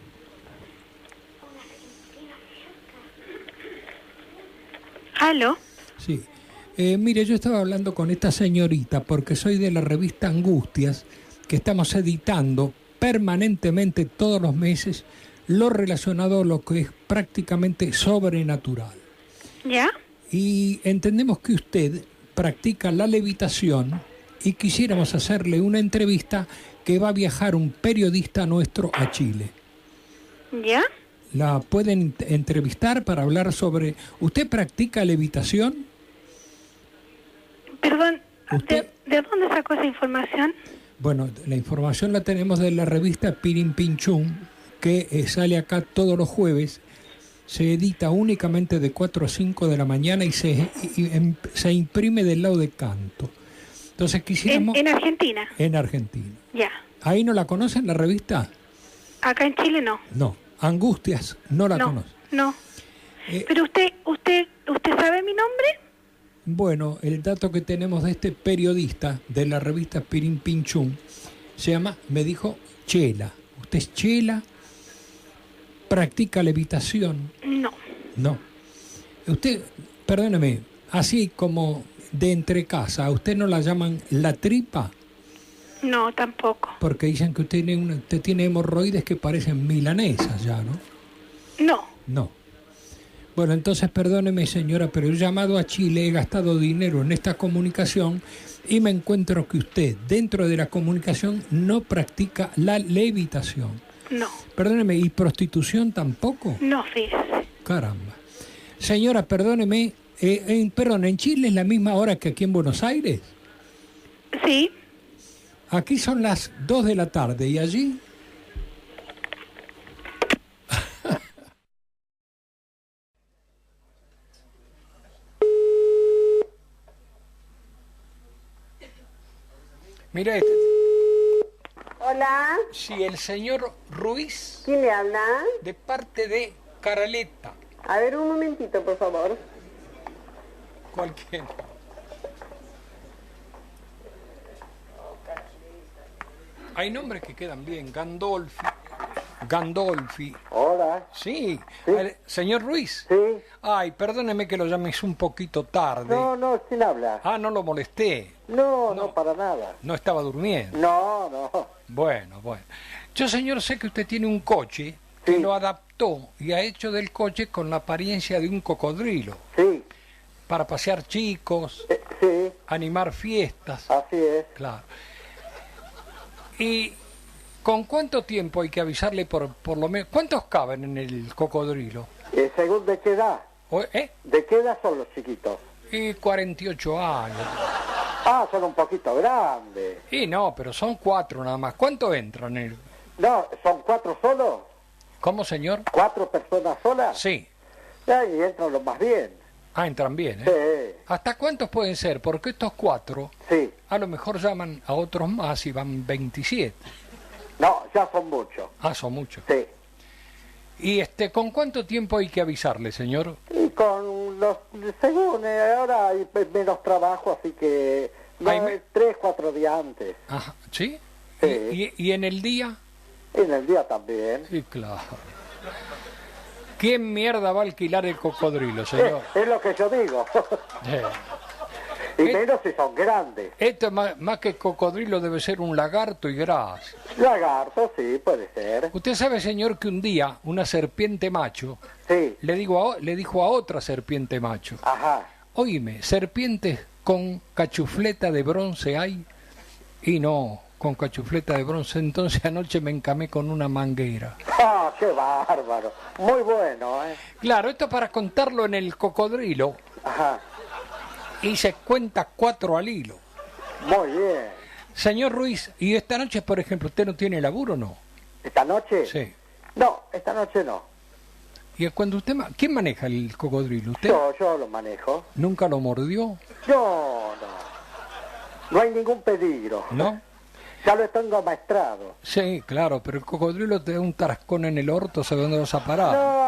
¿Aló? Sí. Eh, mire, yo estaba hablando con esta señorita porque soy de la revista Angustias, que estamos editando permanentemente todos los meses lo relacionado a lo que es prácticamente sobrenatural. ¿Ya? Y entendemos que usted practica la levitación y quisiéramos hacerle una entrevista que va a viajar un periodista nuestro a Chile. ¿Ya? ¿La pueden entrevistar para hablar sobre... ¿Usted practica levitación? Perdón, ¿Usted? ¿de, ¿de dónde sacó esa información? Bueno, la información la tenemos de la revista Pirin Pinchum, que eh, sale acá todos los jueves. Se edita únicamente de cuatro a cinco de la mañana y se, y, y, em, se imprime del lado de Canto. Entonces quisiéramos... ¿En, en Argentina? En Argentina. Ya. ¿Ahí no la conocen, la revista? Acá en Chile no. No. Angustias, no la no, conoce. No. Eh, Pero usted, usted, ¿usted sabe mi nombre? Bueno, el dato que tenemos de este periodista de la revista Pirin Pinchum se llama, me dijo, Chela. ¿Usted es Chela? ¿Practica levitación? No. No. Usted, perdóneme, así como de entre casa, ¿a usted no la llaman la tripa? No, tampoco. Porque dicen que usted tiene, una, usted tiene hemorroides que parecen milanesas ya, ¿no? No. No. Bueno, entonces perdóneme, señora, pero he llamado a Chile, he gastado dinero en esta comunicación y me encuentro que usted, dentro de la comunicación, no practica la levitación. No. Perdóneme, ¿y prostitución tampoco? No, fíjese. Caramba. Señora, perdóneme, eh, eh, perdón, ¿en Chile es la misma hora que aquí en Buenos Aires? Sí. Aquí son las dos de la tarde, ¿y allí? Mira este. Hola. Sí, el señor Ruiz. ¿Quién le habla? De parte de Caraleta. A ver, un momentito, por favor. Cualquiera. Hay nombres que quedan bien. Gandolfi. Gandolfi. Hola. Sí. ¿Sí? Ver, señor Ruiz. Sí. Ay, perdóneme que lo llames un poquito tarde. No, no, ¿quién habla? Ah, no lo molesté. No, no, no para nada. No estaba durmiendo. No, no. Bueno, bueno. Yo, señor, sé que usted tiene un coche que sí. lo adaptó y ha hecho del coche con la apariencia de un cocodrilo. Sí. Para pasear chicos, eh, sí. animar fiestas. Así es. Claro. ¿Y con cuánto tiempo hay que avisarle por, por lo menos? ¿Cuántos caben en el cocodrilo? Eh, ¿Según de qué edad? ¿Eh? ¿De qué edad son los chiquitos? Y cuarenta y ocho años. Ah, son un poquito grandes. Y no, pero son cuatro nada más. ¿Cuánto entran en el...? No, ¿son cuatro solos? ¿Cómo, señor? ¿Cuatro personas solas? Sí. Ahí entran los más bien. Ah, entran bien, ¿eh? Sí. ¿Hasta cuántos pueden ser? Porque estos cuatro, sí. a lo mejor llaman a otros más y van veintisiete. No, ya son muchos. Ah, son muchos. Sí. ¿Y este, con cuánto tiempo hay que avisarle, señor? Y con los... Según eh, ahora hay menos trabajo, así que... No, me... tres, cuatro días antes. Ajá, ¿sí? Sí. ¿Y, y, y en el día? En el día también. Sí, claro. ¿Quién mierda va a alquilar el cocodrilo, señor? Es, es lo que yo digo. Eh. Y menos si son grandes. Esto más, más que cocodrilo debe ser un lagarto y gras. Lagarto, sí, puede ser. Usted sabe, señor, que un día una serpiente macho sí. le, digo a, le dijo a otra serpiente macho. Ajá. Oíme, serpientes con cachufleta de bronce hay. Y no, con cachufleta de bronce. Entonces anoche me encamé con una manguera. ¡Ah, qué bárbaro! Muy bueno, ¿eh? Claro, esto para contarlo en el cocodrilo. Ajá. Y se cuenta cuatro al hilo. Muy bien. Señor Ruiz, ¿y esta noche, por ejemplo, usted no tiene laburo o no? ¿Esta noche? Sí. No, esta noche no. ¿Y cuando usted... Ma ¿Quién maneja el cocodrilo? ¿Usted? Yo, yo lo manejo. ¿Nunca lo mordió? Yo no. No hay ningún peligro. ¿No? Ya lo tengo maestrado. Sí, claro, pero el cocodrilo te da un tarascón en el orto, ¿sabe dónde vas a parar? No,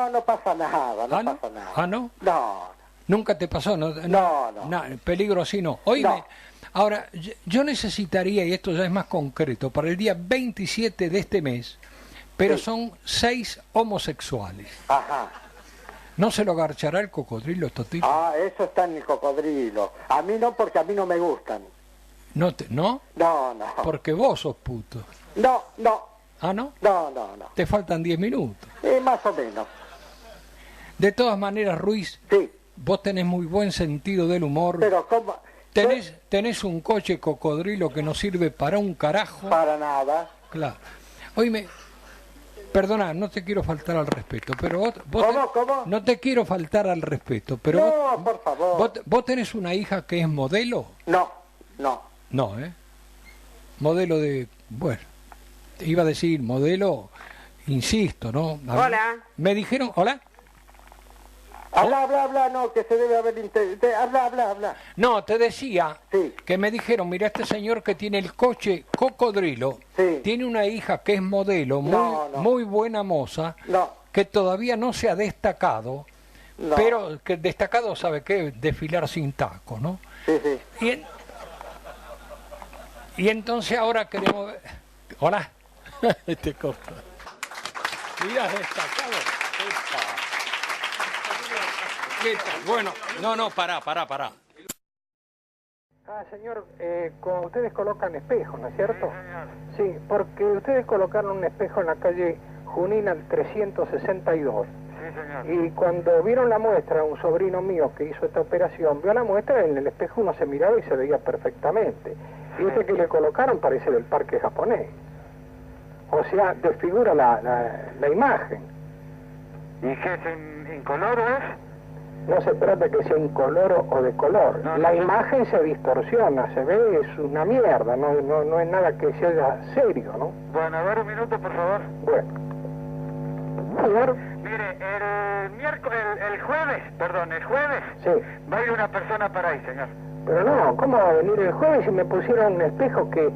no, no pasa nada, no ¿Ah, no? pasa nada. ¿Ah, no? No. ¿Nunca te pasó? No, no. no. no peligro así no. Oíme, no. Ahora, yo necesitaría, y esto ya es más concreto, para el día veintisiete de este mes, pero sí. Son seis homosexuales. Ajá. ¿No se lo garchará el cocodrilo, Totito? Ah, eso está en el cocodrilo. A mí no, porque a mí no me gustan. ¿No? Te, ¿No? No, no. Porque vos sos puto. No, no. ¿Ah, no? No, no, no. Te faltan diez minutos. Eh, más o menos. De todas maneras, Ruiz, sí. Vos tenés muy buen sentido del humor. Pero ¿cómo? Tenés, tenés un coche cocodrilo que no sirve para un carajo. Para nada. Claro. Oíme, perdona, no te quiero faltar al respeto, pero vos... vos ¿Cómo, te, cómo? No te quiero faltar al respeto, pero... No, vos, por favor. Vos, ¿Vos tenés una hija que es modelo? No, no. No, ¿eh? Modelo de... Bueno, te iba a decir modelo, insisto, ¿no? A Hola. Mí, me dijeron... ¿Hola? Habla, habla, habla, no, que se debe haber... Inter... Habla, habla, habla. No, te decía sí. que me dijeron, mira, este señor que tiene el coche cocodrilo, sí. tiene una hija que es modelo, muy, no, no. muy buena moza, no. que todavía no se ha destacado, no. pero que destacado, ¿sabe qué? Desfilar sin taco, ¿no? Sí, sí. Y, en... y entonces ahora queremos... Hola. Este corto. Mira, destacado. Epa. Bueno, no, no, pará, pará, pará. Ah, señor, eh, con, ustedes colocan espejos, ¿no es cierto? Sí, sí, porque ustedes colocaron un espejo en la calle Junín trescientos sesenta y dos. Sí, señor. Y cuando vieron la muestra, un sobrino mío que hizo esta operación, vio la muestra, en el espejo uno se miraba y se veía perfectamente. Y este que le colocaron parece del parque japonés. O sea, desfigura la, la, la imagen. ¿Y qué es en, incoloro es? No se trata que sea incoloro o de color. No, la no, imagen no. se distorsiona, se ve, es una mierda, no, no, no es nada que sea serio, ¿no? Bueno, a ver un minuto, por favor. Bueno. Señor. Mire, el miércoles, el, el jueves, perdón, el jueves, sí. Va a ir una persona para ahí, señor. Pero no, ¿cómo va a venir el jueves si me pusieron un espejo que...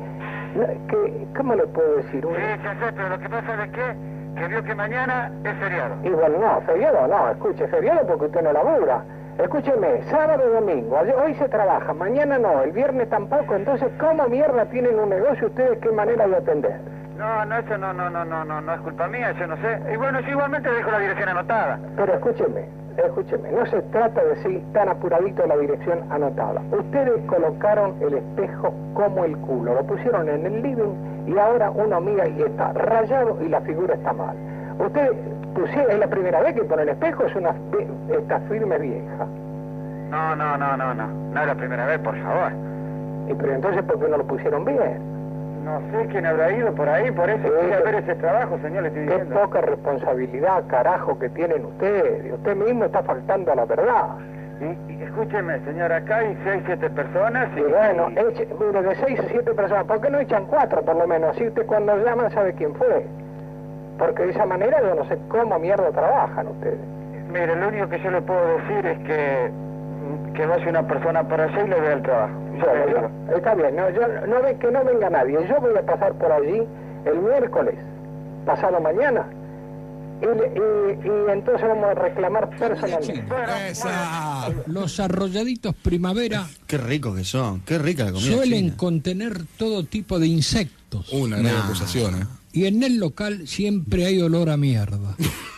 que ¿cómo le puedo decir? Sí, ya sé, pero lo que pasa es que... que vio que mañana es feriado. Y bueno, no, feriado no, escuche, feriado porque usted no labura. Escúcheme, sábado y domingo, hoy se trabaja, mañana no, el viernes tampoco, entonces ¿cómo mierda tienen un negocio ustedes? ¿Qué manera de atender? No, no, eso no, no, no, no, no, no es culpa mía, yo no sé. Y bueno, yo igualmente dejo la dirección anotada. Pero escúcheme, escúcheme, no se trata de decir tan apuradito la dirección anotada. Ustedes colocaron el espejo como el culo, lo pusieron en el living y ahora uno mira y está rayado y la figura está mal. Ustedes pusieron, es la primera vez que pone el espejo, es una esta firme vieja. No, no, no, no, no, no es la primera vez, por favor. Y pero entonces, ¿por qué no lo pusieron bien? No sé quién habrá ido por ahí, por eso quería sí, ver ese trabajo, señor, le estoy qué diciendo. Qué poca responsabilidad, carajo, que tienen ustedes. Usted mismo está faltando a la verdad. Y, y escúcheme, señor, acá hay seis, siete personas y... y bueno, y... eche, mire, de seis o siete personas, ¿por qué no echan cuatro por lo menos? Así usted cuando llama sabe quién fue. Porque de esa manera yo no sé cómo mierda trabajan ustedes. Mire, lo único que yo le puedo decir es que... que vaya una persona para allá y le vea el trabajo. Bueno, yo, está bien, no, yo, no ve que no venga nadie. Yo voy a pasar por allí el miércoles, pasado mañana. Y, y, y entonces vamos a reclamar personalmente. Bueno, Esa. Bueno. Los arrolladitos primavera. Qué ricos que son, qué rica la comida suelen china. Contener todo tipo de insectos. Una gran nah. acusación, ¿eh? Y en el local siempre hay olor a mierda.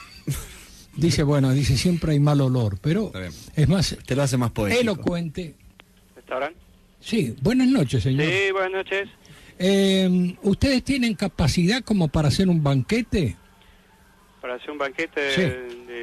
Dice, bueno, dice siempre hay mal olor, pero es más, te lo hace más poético. Elocuente. ¿Restaurante? Sí, buenas noches, señor. Sí, buenas noches. Eh, ¿Ustedes tienen capacidad como para hacer un banquete? Para hacer un banquete sí.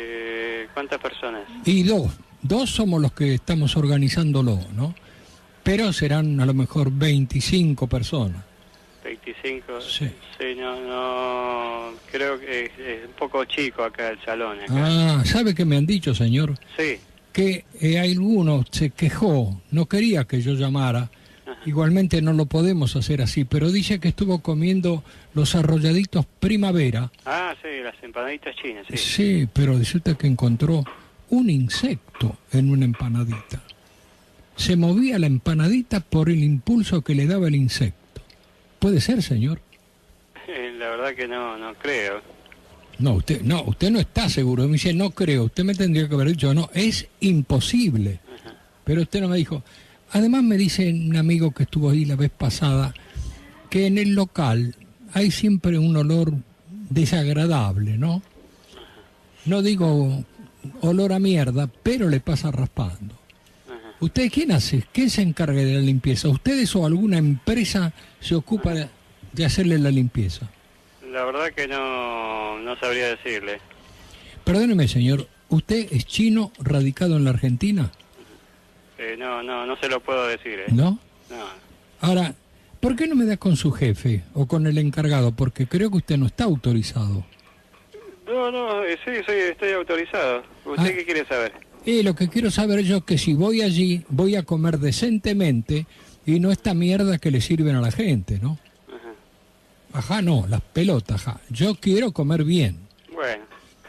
de ¿cuántas personas? Y dos, dos somos los que estamos organizándolo, ¿no? Pero serán a lo mejor veinticinco personas. veinticinco, sí, sí no, no, creo que es, es un poco chico acá el salón. Acá. Ah, ¿sabe qué me han dicho, señor? Sí. Que eh, alguno se quejó, no quería que yo llamara, ajá. Igualmente no lo podemos hacer así, pero dice que estuvo comiendo los arrolladitos primavera. Ah, sí, las empanaditas chinas, sí. Sí, pero dice usted que encontró un insecto en una empanadita. Se movía la empanadita por el impulso que le daba el insecto. ¿Puede ser, señor? La verdad que no, no creo. No, usted no, usted no está seguro. Me dice, no creo. Usted me tendría que haber dicho, no, es imposible. Uh-huh. Pero usted no me dijo. Además me dice un amigo que estuvo ahí la vez pasada, que en el local hay siempre un olor desagradable, ¿no? No digo olor a mierda, pero le pasa raspando. Uh-huh. ¿Usted quién hace? ¿Quién se encarga de la limpieza? ¿Ustedes o alguna empresa se ocupa de, de hacerle la limpieza? La verdad que no, no sabría decirle. Perdóneme, señor, ¿usted es chino radicado en la Argentina? Eh, no, no, no se lo puedo decir, ¿eh? ¿No? No. Ahora, ¿por qué no me da con su jefe o con el encargado? Porque creo que usted no está autorizado. No, no, eh, sí, soy, estoy autorizado. ¿Usted ah, qué quiere saber? Y lo que quiero saber yo es que si voy allí, voy a comer decentemente y no esta mierda que le sirven a la gente, ¿no? Ajá, no, las pelotas, ajá. Yo quiero comer bien. Bueno.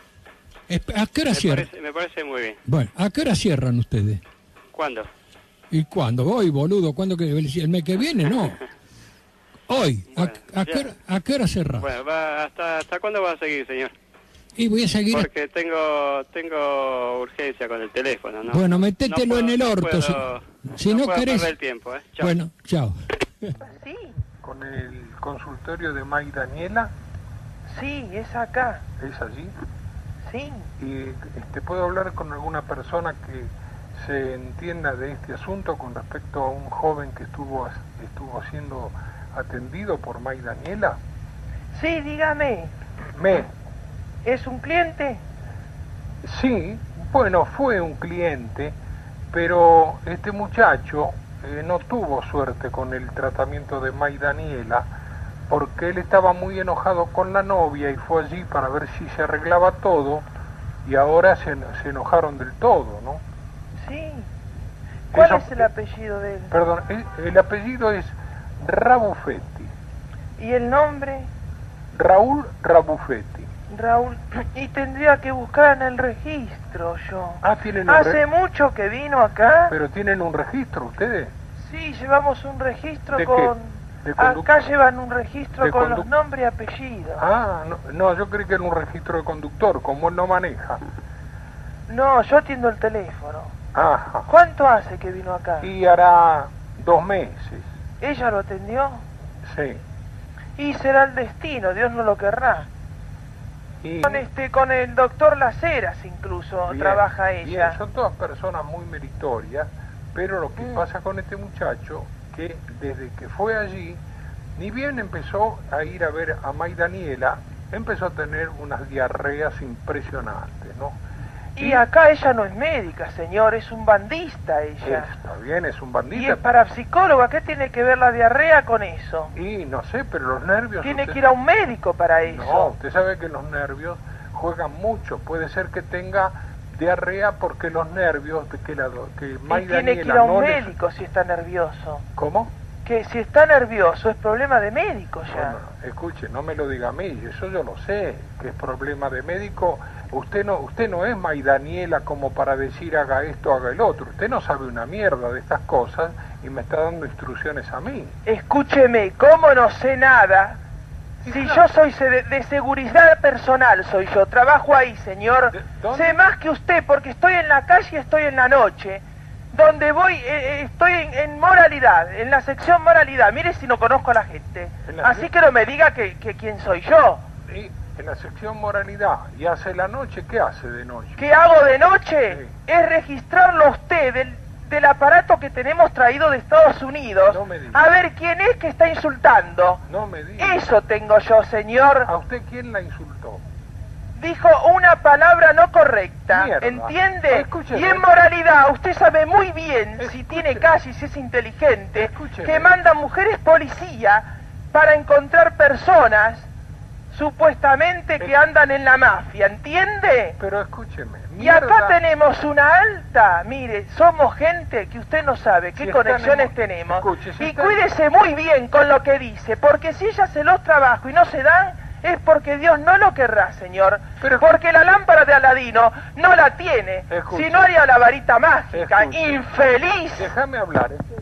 ¿A qué hora me cierran? Parece, me parece muy bien. Bueno, ¿a qué hora cierran ustedes? ¿Cuándo? ¿Y cuándo? Hoy, boludo, ¿cuándo que el mes que viene? No. Hoy. Bueno, ¿A, a, qué hora, ¿A qué hora cerran? Bueno, va, ¿hasta, ¿hasta cuándo va a seguir, señor? Y voy a seguir... Porque tengo tengo urgencia con el teléfono, ¿no? Bueno, metételo no puedo, en el orto. No puedo, si si no, no querés... perder el tiempo, ¿eh? Chao. Bueno, chao. Sí. ¿Con el consultorio de May Daniela? Sí, es acá. ¿Es allí? Sí. ¿Y este, puedo hablar con alguna persona que se entienda de este asunto con respecto a un joven que estuvo, estuvo siendo atendido por May Daniela? Sí, dígame. ¿Me? ¿Es un cliente? Sí, bueno, fue un cliente, pero este muchacho... Eh, no tuvo suerte con el tratamiento de May Daniela porque él estaba muy enojado con la novia y fue allí para ver si se arreglaba todo y ahora se, se enojaron del todo, ¿no? Sí. ¿Cuál Eso, es el apellido de él? Perdón, el, el apellido es Rabufetti. ¿Y el nombre? Raúl Rabufetti. Raúl, y tendría que buscar en el registro yo. Ah, ¿tienen ¿Hace re... mucho que vino acá? ¿Pero tienen un registro ustedes? Sí, llevamos un registro ¿De con... ¿De conduc... Acá llevan un registro ¿De con conduc... los nombres y apellidos. Ah, no, no, yo creí que era un registro de conductor, como él no maneja. No, yo atiendo el teléfono. Ajá. ¿Cuánto hace que vino acá? Y hará dos meses. ¿Ella lo atendió? Sí. Y será el destino, Dios no lo querrá. Y... Con este, con el doctor Las Heras incluso bien, trabaja ella. Bien, son todas personas muy meritorias, pero lo que mm. pasa con este muchacho, que desde que fue allí, ni bien empezó a ir a ver a May Daniela, empezó a tener unas diarreas impresionantes, ¿no? Y acá ella no es médica, señor, es un bandista ella. Está bien, es un bandista. Y es parapsicóloga, ¿qué tiene que ver la diarrea con eso? Y no sé, pero los nervios... Tiene usted... que ir a un médico para eso. No, usted sabe que los nervios juegan mucho. Puede ser que tenga diarrea porque los nervios... que la que May Daniela tiene que ir a un no médico les... si está nervioso. ¿Cómo? Que si está nervioso es problema de médico ya. Bueno, escuche, no me lo diga a mí, eso yo lo sé, que es problema de médico. Usted no, usted no es May Daniela como para decir haga esto, haga el otro. Usted no sabe una mierda de estas cosas y me está dando instrucciones a mí. Escúcheme, ¿cómo no sé nada? Sí, si claro. Yo soy de, de seguridad personal, soy yo, trabajo ahí, señor. Sé más que usted porque estoy en la calle y estoy en la noche. Donde voy, eh, estoy en, en moralidad, en la sección moralidad. Mire si no conozco a la gente. La Así que no me diga que, que quién soy yo. Sí, en la sección moralidad. ¿Y hace la noche? ¿Qué hace de noche? ¿Qué hago de noche? Sí. Es registrarlo a usted del, del aparato que tenemos traído de Estados Unidos. No me diga. A ver quién es que está insultando. No me diga. Eso tengo yo, señor. ¿A usted quién la insultó? Dijo una palabra no correcta, mierda. ¿Entiende? Escúcheme. Y en moralidad, usted sabe muy bien, Escúcheme. si tiene calle y si es inteligente, Escúcheme. que manda mujeres policía para encontrar personas supuestamente que andan en la mafia, ¿entiende? Pero escúcheme. Y acá tenemos una alta, mire, somos gente que usted no sabe qué si conexiones en... tenemos. Escuche, si y está... cuídese muy bien con lo que dice, porque si ella se los trabaja y no se dan, es porque Dios no lo querrá, señor. Pero, porque la lámpara de Aladino no la tiene. Escuche. Si no haría la varita mágica. Escuche. Infeliz. Déjame hablar.